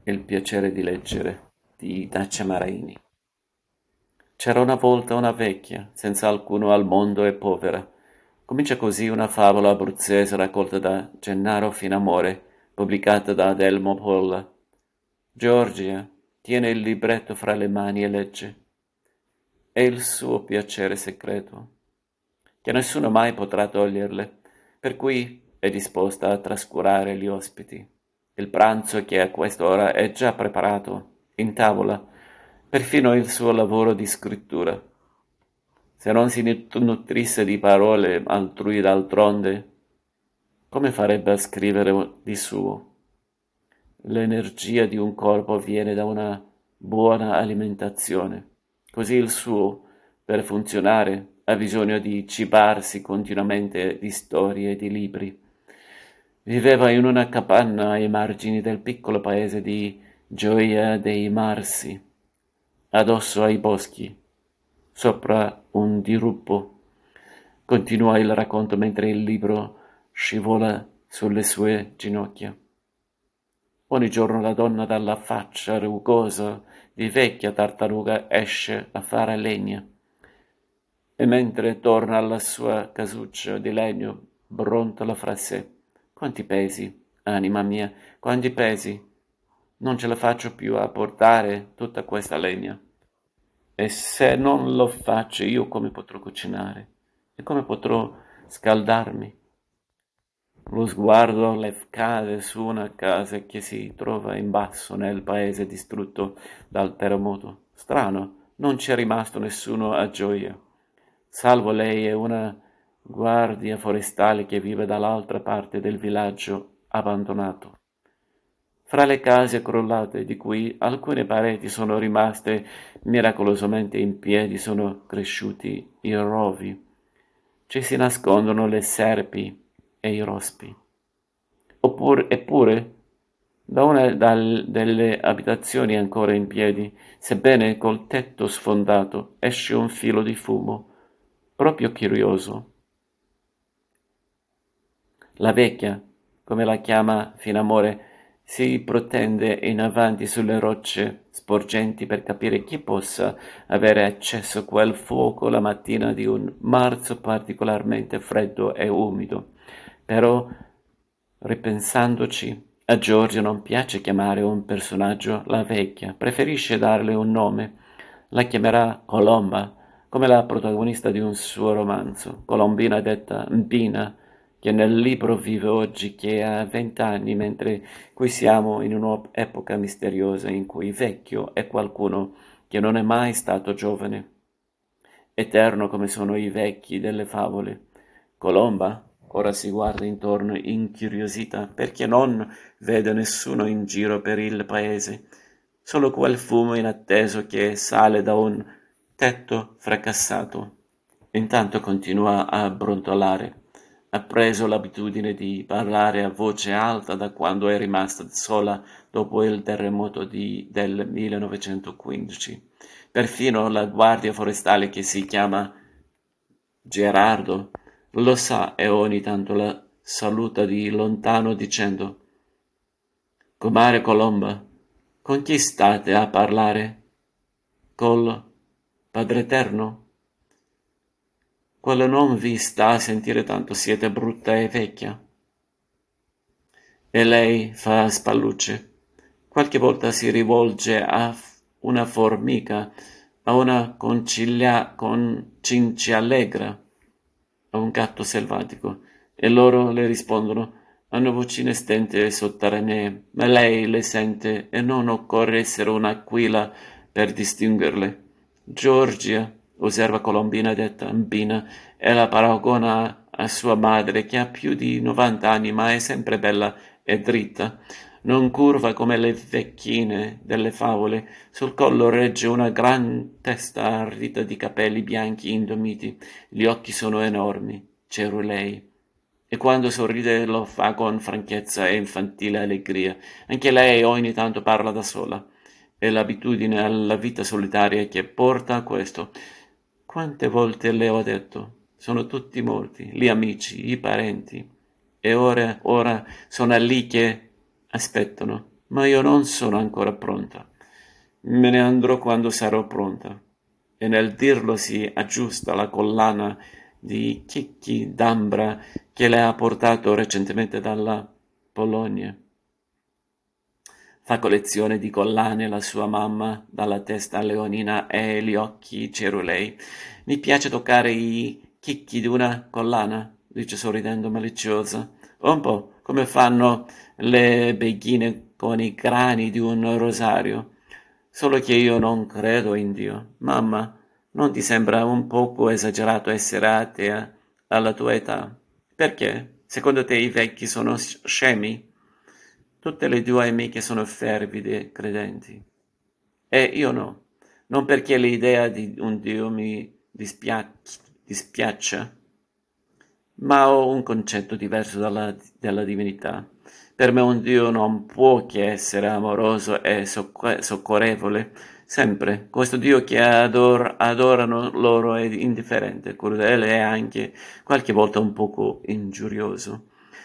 Il piacere di leggere di Dacia Maraini. C'era una volta una vecchia, senza alcuno al mondo e povera. Comincia così una favola abruzzese raccolta da Gennaro Finamore, pubblicata da Adelmo Polla. Giorgia tiene il libretto fra le mani e legge. È il suo piacere segreto, che nessuno mai potrà toglierle, per cui è disposta a trascurare gli ospiti. Il pranzo che a quest'ora è già preparato, in tavola, perfino il suo lavoro di scrittura. Se non si nutrisse di parole altrui d'altronde, come farebbe a scrivere di suo? L'energia di un corpo viene da una buona alimentazione. Così il suo, per funzionare, ha bisogno di cibarsi continuamente di storie e di libri. Viveva in una capanna ai margini del piccolo paese di Gioia dei Marsi, addosso ai boschi, sopra un diruppo. Continua il racconto mentre il libro scivola sulle sue ginocchia. Ogni giorno la donna dalla faccia rugosa di vecchia tartaruga esce a fare legna e mentre torna alla sua casuccia di legno brontola fra sé. Quanti pesi, anima mia, quanti pesi! Non ce la faccio più a portare tutta questa legna. E se non lo faccio io come potrò cucinare? E come potrò scaldarmi? Lo sguardo le cade su una casa che si trova in basso nel paese distrutto dal terremoto. Strano, non c'è rimasto nessuno a Gioia, salvo lei e una guardia forestale che vive dall'altra parte del villaggio abbandonato. Fra le case crollate, di cui alcune pareti sono rimaste miracolosamente in piedi, sono cresciuti i rovi. Ci si nascondono le serpi e i rospi. Eppure, da una delle abitazioni ancora in piedi, sebbene col tetto sfondato, esce un filo di fumo, proprio curioso. La vecchia, come la chiama Finamore, si protende in avanti sulle rocce sporgenti per capire chi possa avere acceso a quel fuoco la mattina di un marzo particolarmente freddo e umido. Però, ripensandoci, a Giorgio non piace chiamare un personaggio la vecchia, preferisce darle un nome. La chiamerà Colomba, come la protagonista di un suo romanzo, Colombina detta Mbina, che nel libro vive oggi che ha 20 anni, mentre qui siamo in un'epoca misteriosa in cui vecchio è qualcuno che non è mai stato giovane, eterno come sono i vecchi delle favole. Colomba ora si guarda intorno incuriosita perché non vede nessuno in giro per il paese, solo quel fumo inatteso che sale da un tetto fracassato. Intanto continua a brontolare. Ha preso l'abitudine di parlare a voce alta da quando è rimasta sola dopo il terremoto del 1915. Perfino la guardia forestale che si chiama Gerardo lo sa e ogni tanto la saluta di lontano dicendo «Comare Colomba, con chi state a parlare? Col Padre Eterno? Quello non vi sta a sentire tanto siete brutta e vecchia». E lei fa spallucce. Qualche volta si rivolge a una formica, a una cinciallegra, a un gatto selvatico, e loro le rispondono. Hanno vocine stente e sotterranee, ma lei le sente e non occorre essere un'aquila per distinguerle. Giorgia, osserva Colombina detta Mbina, e la paragona a sua madre che ha più di 90 anni ma è sempre bella e dritta, non curva come le vecchine delle favole, sul collo regge una gran testa ardita di capelli bianchi indomiti, gli occhi sono enormi, cerulei, e quando sorride lo fa con franchezza e infantile allegria. Anche lei ogni tanto parla da sola. È l'abitudine alla vita solitaria che porta a questo. Quante volte le ho detto, sono tutti morti, gli amici, i parenti, e ora sono lì che aspettano. Ma io non sono ancora pronta. Me ne andrò quando sarò pronta. E nel dirlo si aggiusta la collana di chicchi d'ambra che le ha portato recentemente dalla Polonia. Fa collezione di collane la sua mamma, dalla testa leonina e gli occhi cerulei. Mi piace toccare i chicchi di una collana, dice sorridendo maliziosa. Un po' come fanno le beghine con i grani di un rosario. Solo che io non credo in Dio. Mamma, non ti sembra un poco esagerato essere atea alla tua età? Perché? Secondo te i vecchi sono scemi? Tutte le tue amiche sono fervide credenti. E io no. Non perché l'idea di un Dio mi dispiaccia, ma ho un concetto diverso della divinità. Per me un Dio non può che essere amoroso e soccorrevole, sempre. Questo Dio che adorano loro è indifferente, crudele e anche qualche volta un poco ingiurioso.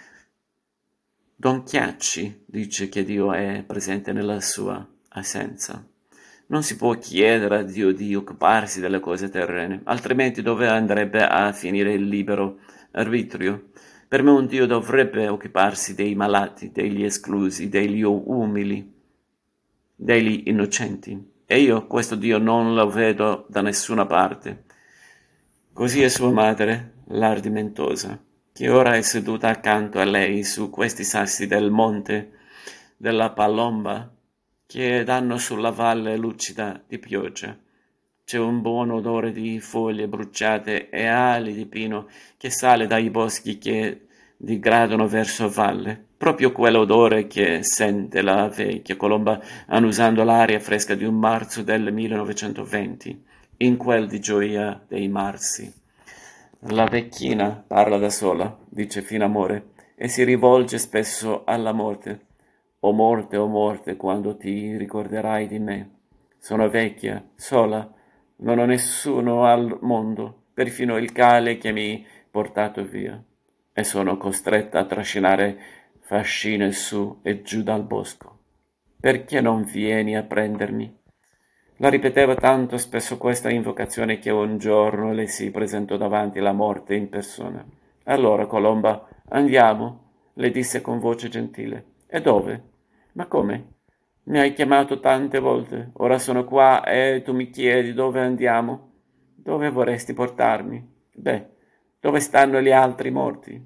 Don Chiacci dice che Dio è presente nella sua assenza. Non si può chiedere a Dio di occuparsi delle cose terrene, altrimenti dove andrebbe a finire il libero arbitrio? Per me un Dio dovrebbe occuparsi dei malati, degli esclusi, degli umili, degli innocenti. E io questo Dio non lo vedo da nessuna parte. Così è sua madre, l'ardimentosa, che ora è seduta accanto a lei su questi sassi del monte della Palomba, che danno sulla valle lucida di pioggia. C'è un buon odore di foglie bruciate e ali di pino che sale dai boschi che digradano verso valle. Proprio quell'odore che sente la vecchia colomba annusando l'aria fresca di un marzo del 1920, in quel di Gioia dei Marsi. La vecchina parla da sola, dice Finamore, e si rivolge spesso alla morte. O morte, quando ti ricorderai di me. Sono vecchia, sola, non ho nessuno al mondo, perfino il cane che mi portato via, e sono costretta a trascinare fascine su e giù dal bosco. Perché non vieni a prendermi? La ripeteva tanto spesso questa invocazione che un giorno le si presentò davanti la morte in persona. Allora, Colomba, andiamo, le disse con voce gentile. E dove? Ma come? Mi hai chiamato tante volte, ora sono qua e tu mi chiedi dove andiamo? Dove vorresti portarmi? Beh, dove stanno gli altri morti?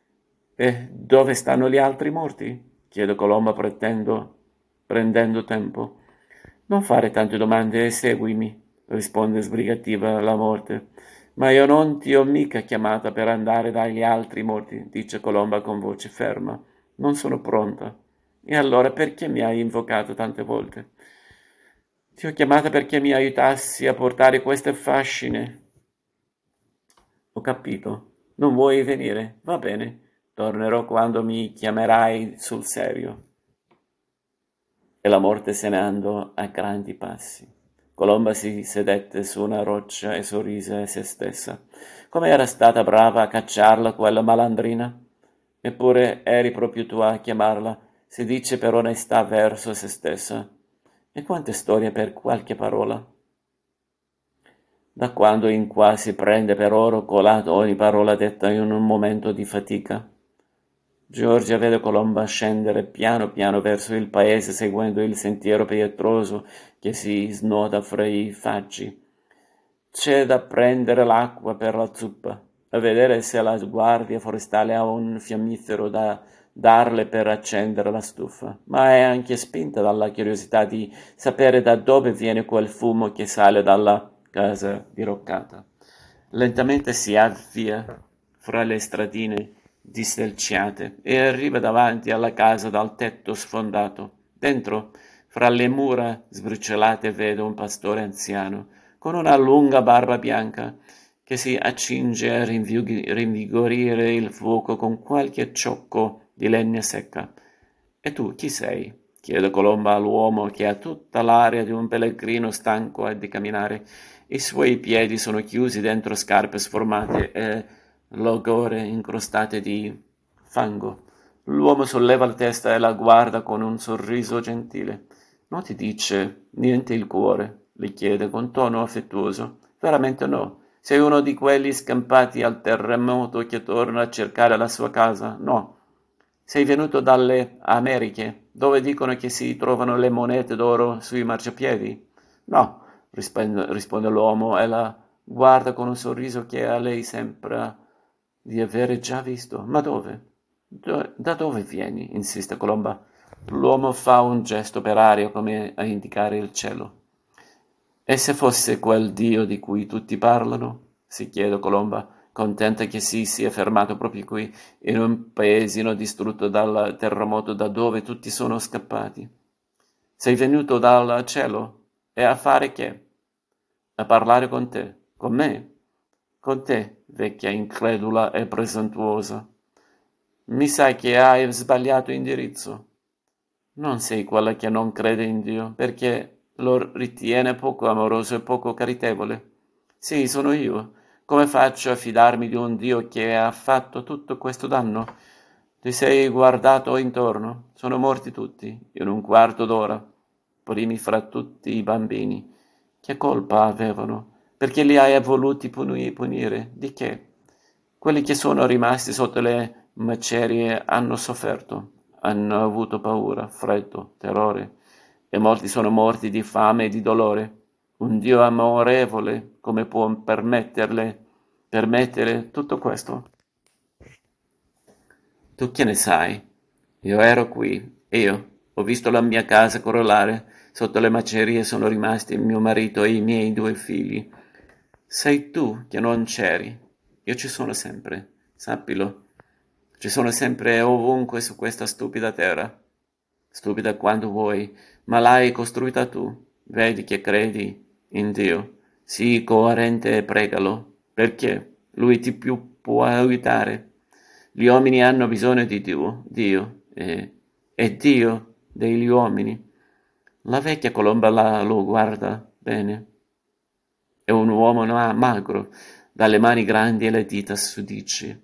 E dove stanno gli altri morti? Chiede Colomba prendendo tempo. Non fare tante domande e seguimi, risponde sbrigativa la morte. Ma io non ti ho mica chiamata per andare dagli altri morti, dice Colomba con voce ferma. Non sono pronta. E allora perché mi hai invocato tante volte? Ti ho chiamata perché mi aiutassi a portare queste fascine. Ho capito. Non vuoi venire? Va bene. Tornerò quando mi chiamerai sul serio. E la morte se ne andò a grandi passi. Colomba si sedette su una roccia e sorrise a se stessa. Come era stata brava a cacciarla quella malandrina? Eppure eri proprio tu a chiamarla, si dice per onestà verso se stessa. E quante storie per qualche parola. Da quando in qua si prende per oro colato ogni parola detta in un momento di fatica. Giorgia vede Colomba scendere piano piano verso il paese seguendo il sentiero pietroso che si snoda fra i faggi. C'è da prendere l'acqua per la zuppa, a vedere se la guardia forestale ha un fiammifero da darle per accendere la stufa, ma è anche spinta dalla curiosità di sapere da dove viene quel fumo che sale dalla casa diroccata. Lentamente si avvia fra le stradine disselciate e arriva davanti alla casa dal tetto sfondato. Dentro, fra le mura sbriciolate, vede un pastore anziano con una lunga barba bianca che si accinge a rinvigorire il fuoco con qualche ciocco di legna secca. E tu chi sei? Chiede Colomba all'uomo che ha tutta l'aria di un pellegrino stanco di camminare. I suoi piedi sono chiusi dentro scarpe sformate e logore incrostate di fango. L'uomo solleva la testa e la guarda con un sorriso gentile. Non ti dice niente il cuore? Le chiede con tono affettuoso. Veramente no. Sei uno di quelli scampati al terremoto che torna a cercare la sua casa? No. Sei venuto dalle Americhe, dove dicono che si trovano le monete d'oro sui marciapiedi? No, risponde l'uomo e la guarda con un sorriso che a lei sembra di avere già visto. Ma dove? Da dove vieni? Insiste Colomba. L'uomo fa un gesto per aria come a indicare il cielo. E se fosse quel Dio di cui tutti parlano? Si chiede Colomba, contenta che si sia fermato proprio qui, in un paesino distrutto dal terremoto da dove tutti sono scappati. Sei venuto dal cielo? E a fare che? A parlare con te. Con me? Con te, vecchia incredula e presuntuosa. Mi sa che hai sbagliato indirizzo. Non sei quella che non crede in Dio, perché lo ritiene poco amoroso e poco caritatevole. Sì, sono io. Come faccio a fidarmi di un Dio che ha fatto tutto questo danno? Ti sei guardato intorno? Sono morti tutti, in un quarto d'ora, primi fra tutti i bambini. Che colpa avevano? Perché li hai voluti punire? Di che? Quelli che sono rimasti sotto le macerie hanno sofferto, hanno avuto paura, freddo, terrore, e molti sono morti di fame e di dolore. Un Dio amorevole, come può permettere tutto questo? Tu che ne sai? Io ero qui, io. Ho visto la mia casa crollare, sotto le macerie sono rimasti mio marito e i miei due figli. Sei tu che non c'eri. Io ci sono sempre, sappilo. Ci sono sempre e ovunque su questa stupida terra. Stupida quando vuoi, ma l'hai costruita tu. Vedi che credi in Dio. Sii coerente e pregalo, perché Lui ti più può aiutare. Gli uomini hanno bisogno di Dio, e Dio degli uomini. La vecchia colomba lo guarda bene. È un uomo magro, dalle mani grandi e le dita sudice.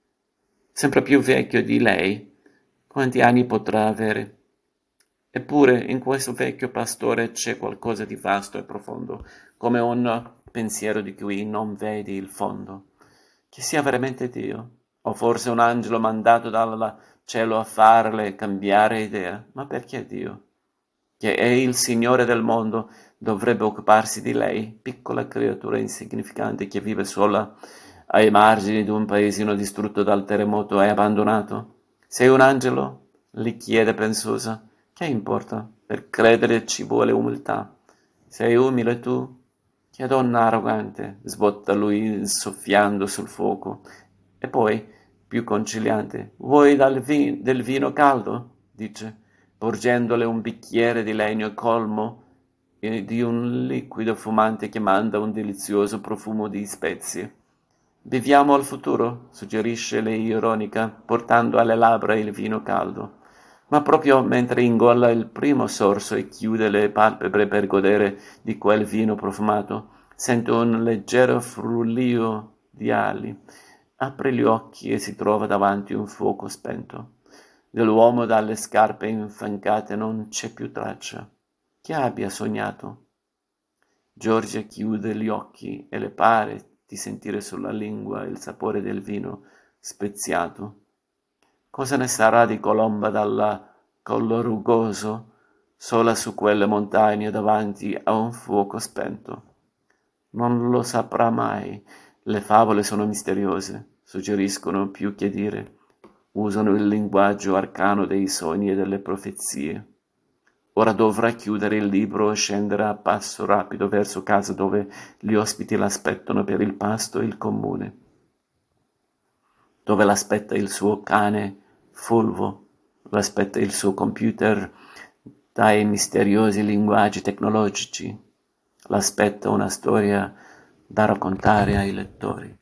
Sempre più vecchio di lei. Quanti anni potrà avere? Eppure in questo vecchio pastore c'è qualcosa di vasto e profondo, come un pensiero di cui non vedi il fondo. Che sia veramente Dio, o forse un angelo mandato dal cielo a farle cambiare idea. Ma perché Dio? Che è il Signore del mondo, dovrebbe occuparsi di lei, piccola creatura insignificante che vive sola ai margini di un paesino distrutto dal terremoto e abbandonato. Sei un angelo? Le chiede pensosa. Che importa? Per credere ci vuole umiltà. Sei umile tu? Che donna arrogante, sbotta lui soffiando sul fuoco. E poi, più conciliante, vuoi del vino caldo? Dice, porgendole un bicchiere di legno colmo di un liquido fumante che manda un delizioso profumo di spezie. Beviamo al futuro, suggerisce lei ironica, portando alle labbra il vino caldo. Ma proprio mentre ingolla il primo sorso e chiude le palpebre per godere di quel vino profumato, sente un leggero frullio di ali. Apre gli occhi e si trova davanti un fuoco spento. Dell'uomo dalle scarpe infancate non c'è più traccia. Che abbia sognato? Giorgia chiude gli occhi e le pare di sentire sulla lingua il sapore del vino speziato. Cosa ne sarà di Colomba dal collo rugoso, sola su quelle montagne davanti a un fuoco spento? Non lo saprà mai. Le favole sono misteriose, suggeriscono più che dire, usano il linguaggio arcano dei sogni e delle profezie. Ora dovrà chiudere il libro e scendere a passo rapido verso casa dove gli ospiti l'aspettano per il pasto e il comune, dove l'aspetta il suo cane fulvo, l'aspetta il suo computer dai misteriosi linguaggi tecnologici, l'aspetta una storia da raccontare ai lettori.